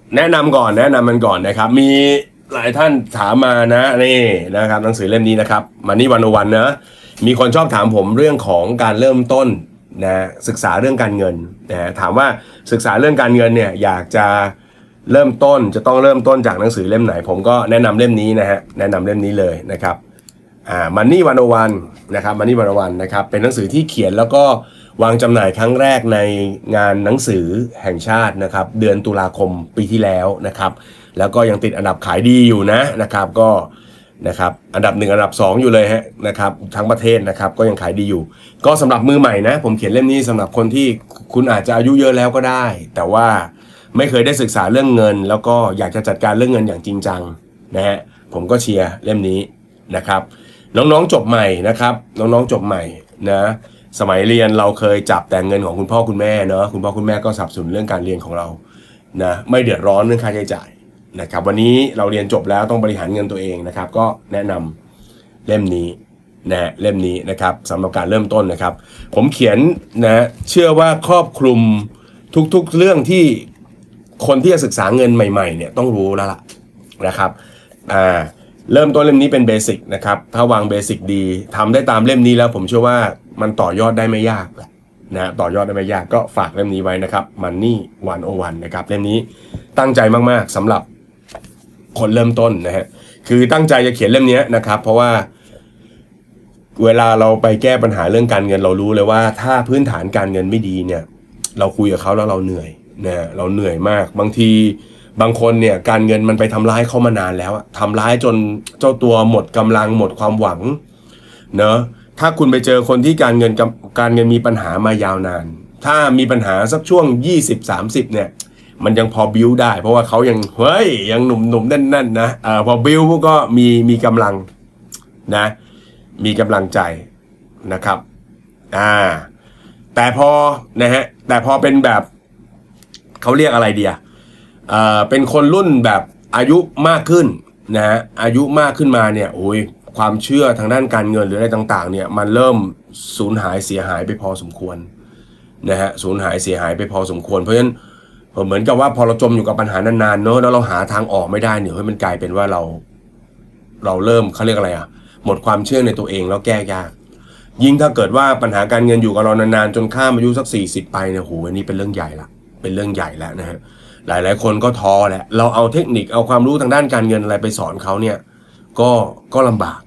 แนะนำก่อนมันก่อนนะครับมีหลายท่านถามมานะนี่นะครับหนังสือเล่มนี้นะครับมันนี่101นะมีคนชอบถามผมเรื่องของการเริ่มต้นนะศึกษาเรื่องการเงินนะถามว่าศึกษาเรื่องการเงินเนี่ยอยากจะเริ่มต้นจะต้องเริ่มต้นจากหนังสือเล่มไหนผมก็แนะนำเล่มนี้นะฮะแนะนำเล่มนี้เลยนะครับมันนี่101นะครับมันนี่101นะครับเป็นหนังสือที่เขียนแล้วก็วางจำหน่ายครั้งแรกในงานหนังสือแห่งชาตินะครับเดือนตุลาคมปีที่แล้วนะครับแล้วก็ยังติดอันดับขายดีอยู่นะครับก็นะครับอันดับ1อันดับ2อยู่เลยฮะนะครับทั้งประเทศนะครับก็ยังขายดีอยู่ก็สำหรับมือใหม่นะผมเขียนเล่มนี้สำหรับคนที่คุณอาจจะอายุเยอะแล้วก็ได้แต่ว่าไม่เคยได้ศึกษาเรื่องเงินแล้วก็อยากจะจัดการเรื่องเงินอย่างจริงจังนะฮะผมก็เชียร์เล่มนี้นะครับน้องๆจบใหม่นะครับน้องๆจบใหม่นะสมัยเรียนเราเคยจับแต่เงินของคุณพ่อคุณแม่เนาะคุณพ่อคุณแม่ก็สนับสนุนเรื่องการเรียนของเรานะไม่เดือดร้อนเรื่องค่าใช้จ่ายนะครับวันนี้เราเรียนจบแล้วต้องบริหารเงินตัวเองนะครับก็แนะนำเล่มนี้นะเล่มนี้นะครับสำหรับการเริ่มต้นนะครับผมเขียนนะเชื่อว่าครอบคลุมทุกๆเรื่องที่คนที่จะศึกษาเงินใหม่ๆเนี่ยต้องรู้แล้วล่ะนะครับเริ่มต้นเล่มนี้เป็นเบสิกนะครับถ้าวางเบสิกดีทำได้ตามเล่มนี้แล้วผมเชื่อว่ามันต่อยอดได้ไม่ยากแหละนะต่อยอดได้ไม่ยากก็ฝากเล่มนี้ไว้นะครับมันนี่101นะครับเล่มนี้ตั้งใจมากๆสำหรับคนเริ่มต้นนะฮะคือตั้งใจจะเขียนเล่มนี้นะครับเพราะว่าเวลาเราไปแก้ปัญหาเรื่องการเงินเรารู้เลยว่าถ้าพื้นฐานการเงินไม่ดีเนี่ยเราคุยกับเขาแล้วเราเหนื่อยนะเราเหนื่อยมากบางทีบางคนเนี่ยการเงินมันไปทำร้ายเขามานานแล้วทำร้ายจนเจ้าตัวหมดกำลังหมดความหวังเนอะถ้าคุณไปเจอคนที่การเงินมีปัญหามายาวนานถ้ามีปัญหาสักช่วง20-30เนี่ยมันยังพอบิ้วได้เพราะว่าเขายังหนุ่มแน่นๆนะพอบิ้วก็มีกำลังนะมีกำลังใจนะครับแต่พอนะฮะแต่พอเป็นแบบเขาเรียกอะไรเดียเป็นคนรุ่นแบบอายุมากขึ้นนะฮะอายุมากขึ้นมาเนี่ยโอ้ยความเชื่อทางด้านการเงินหรืออะไรต่างๆเนี่ยมันเริ่มสูญหายเสียหายไปพอสมควรนะฮะสูญหายเสียหายไปพอสมควรเพราะฉะนั้นเหมือนกับว่าพอเราจมอยู่กับปัญหานานๆเนอะแล้วเราหาทางออกไม่ได้เนี่ยมันกลายเป็นว่าเราเริ่มเขาเรียกอะไรหมดความเชื่อในตัวเองแล้วแก้ยากยิ่งถ้าเกิดว่าปัญหาการเงินอยู่กับเรานานๆจนข้ามอายุสัก40ไปเนี่ยโหอันนี้เป็นเรื่องใหญ่ละเป็นเรื่องใหญ่แล้วนะฮะหลายคนก็ท้อแหละเราเอาเทคนิคเอาความรู้ทางด้านการเงินอะไรไปสอนเขาเนี่ยก็ลำบาก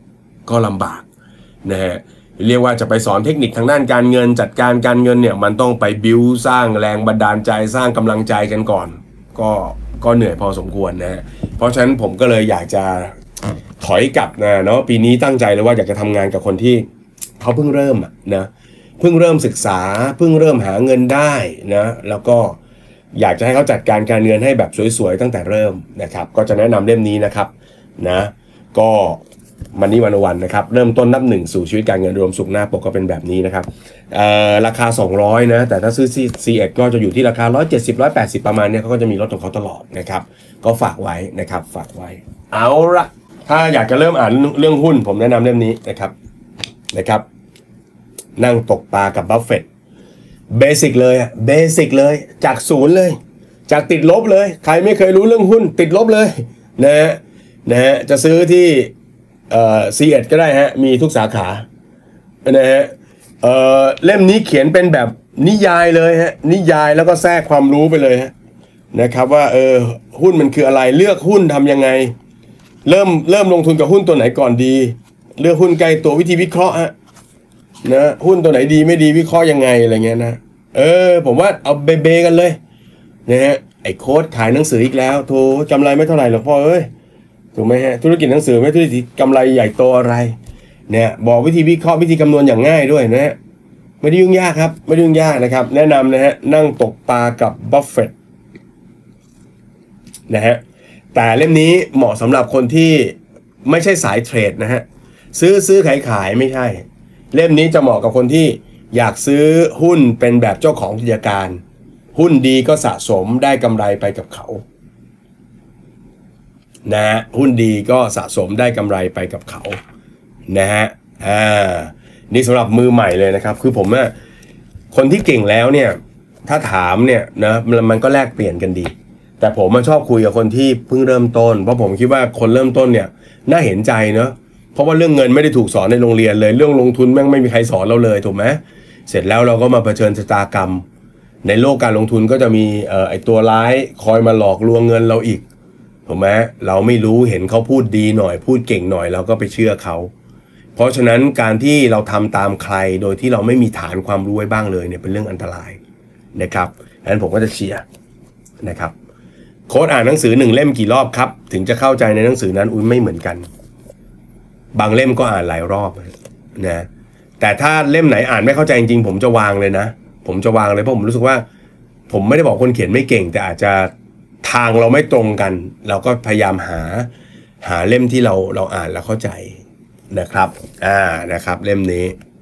นะฮะเรียกว่าจะไปสอนเทคนิคทางด้านการเงินจัดการการเงินเนี่ยมันต้องไปบิ้วสร้างแรงบันดาลใจสร้างกำลังใจกันก่อนก็เหนื่อยพอสมควรนะฮะเพราะฉะนั้นผมก็เลยอยากจะถอยกลับนะเนาะปีนี้ตั้งใจเลยว่าอยากจะทำงานกับคนที่เขาเพิ่งเริ่มนะเพิ่งเริ่มศึกษาเพิ่งเริ่มหาเงินได้นะแล้วก็อยากจะให้เขาจัดการการเงินให้แบบสวยๆตั้งแต่เริ่มนะครับก็จะแนะนำเล่มนี้นะครับนะก็มันนี่101นะครับเริ่มต้นนับหนึ่งสู่ชีวิตการเงินรวมสุขหน้าปกก็เป็นแบบนี้นะครับราคา200นะแต่ถ้าซื้อ C1 ก็จะอยู่ที่ราคา170-180ประมาณนี้เขาก็จะมีลดของเขาตลอดนะครับก็ฝากไว้นะครับฝากไว้เอาละถ้าอยากจะเริ่มอ่านเรื่องหุ้นผมแนะนำเล่มนี้นะครับนั่งตกปลากับบัฟเฟตต์เบสิกเลยจากศูนย์เลยจากติดลบเลยใครไม่เคยรู้เรื่องหุ้นติดลบเลยนะฮะจะซื้อที่C1 ก็ได้ฮะมีทุกสาขานะฮะเล่มนี้เขียนเป็นแบบนิยายเลยฮะนิยายแล้วก็แทรกความรู้ไปเลยฮะนะครับว่าหุ้นมันคืออะไรเลือกหุ้นทำยังไงเริ่มลงทุนกับหุ้นตัวไหนก่อนดีเลือกหุ้นใกล้ตัววิธีวิเคราะห์ฮะนะหุ้นตัวไหนดีไม่ดีวิเคราะห์ยังไงอะไรเงี้ยนะผมว่าเอาเบกันเลยนะฮะไอ้โค้ดขายหนังสืออีกแล้วโธ่กำไรไม่เท่าไหร่หรอกพ่อถูกไหมฮะธุรกิจหนังสือไม่ธุรกิจกำไรใหญ่โตอะไรเนี่ยบอกวิธีวิเคราะห์วิธีคำนวณอย่างง่ายด้วยนะฮะไม่ได้ยุ่งยากครับไม่ได้ยุ่งยากนะครับแนะนำนะฮะนั่งตกปลากับบัฟเฟตต์นะฮะแต่เล่มนี้เหมาะสำหรับคนที่ไม่ใช่สายเทรดนะฮะซื้อขายไม่ใช่เล่มนี้จะเหมาะกับคนที่อยากซื้อหุ้นเป็นแบบเจ้าของกิจการหุ้นดีก็สะสมได้กำไรไปกับเขานะฮะหุ้นดีก็สะสมได้กำไรไปกับเขานะฮะนี่สำหรับมือใหม่เลยนะครับคือผมคนที่เก่งแล้วเนี่ยถ้าถามเนี่ยนะมันก็แลกเปลี่ยนกันดีแต่ผมมาชอบคุยกับคนที่เพิ่งเริ่มต้นเพราะผมคิดว่าคนเริ่มต้นเนี่ยน่าเห็นใจเนอะเพราะว่าเรื่องเงินไม่ได้ถูกสอนในโรงเรียนเลยเรื่องลงทุนแม่งไม่มีใครสอนเราเลยถูกไหมเสร็จแล้วเราก็มาเผชิญชะตากรรมในโลกการลงทุนก็จะมีไอตัวร้ายคอยมาหลอกลวงเงินเราอีกถูกไหมเราไม่รู้เห็นเขาพูดดีหน่อยพูดเก่งหน่อยเราก็ไปเชื่อเขาเพราะฉะนั้นการที่เราทำตามใครโดยที่เราไม่มีฐานความรู้ไว้บ้างเลยเนี่ยเป็นเรื่องอันตรายนะครับดังนั้นผมก็จะเชียร์นะครับโค้ดอ่านหนังสือ1เล่มกี่รอบครับถึงจะเข้าใจในหนังสือนั้นไม่เหมือนกันบางเล่มก็อ่านหลายรอบนะแต่ถ้าเล่มไหนอ่านไม่เข้าใจจริงๆผมจะวางเลยนะผมจะวางเลยเพราะผมรู้สึกว่าผมไม่ได้บอกคนเขียนไม่เก่งแต่อาจจะทางเราไม่ตรงกันเราก็พยายามหาเล่มที่เราอ่านแล้วเข้าใจนะครับนะครับเล่มนี้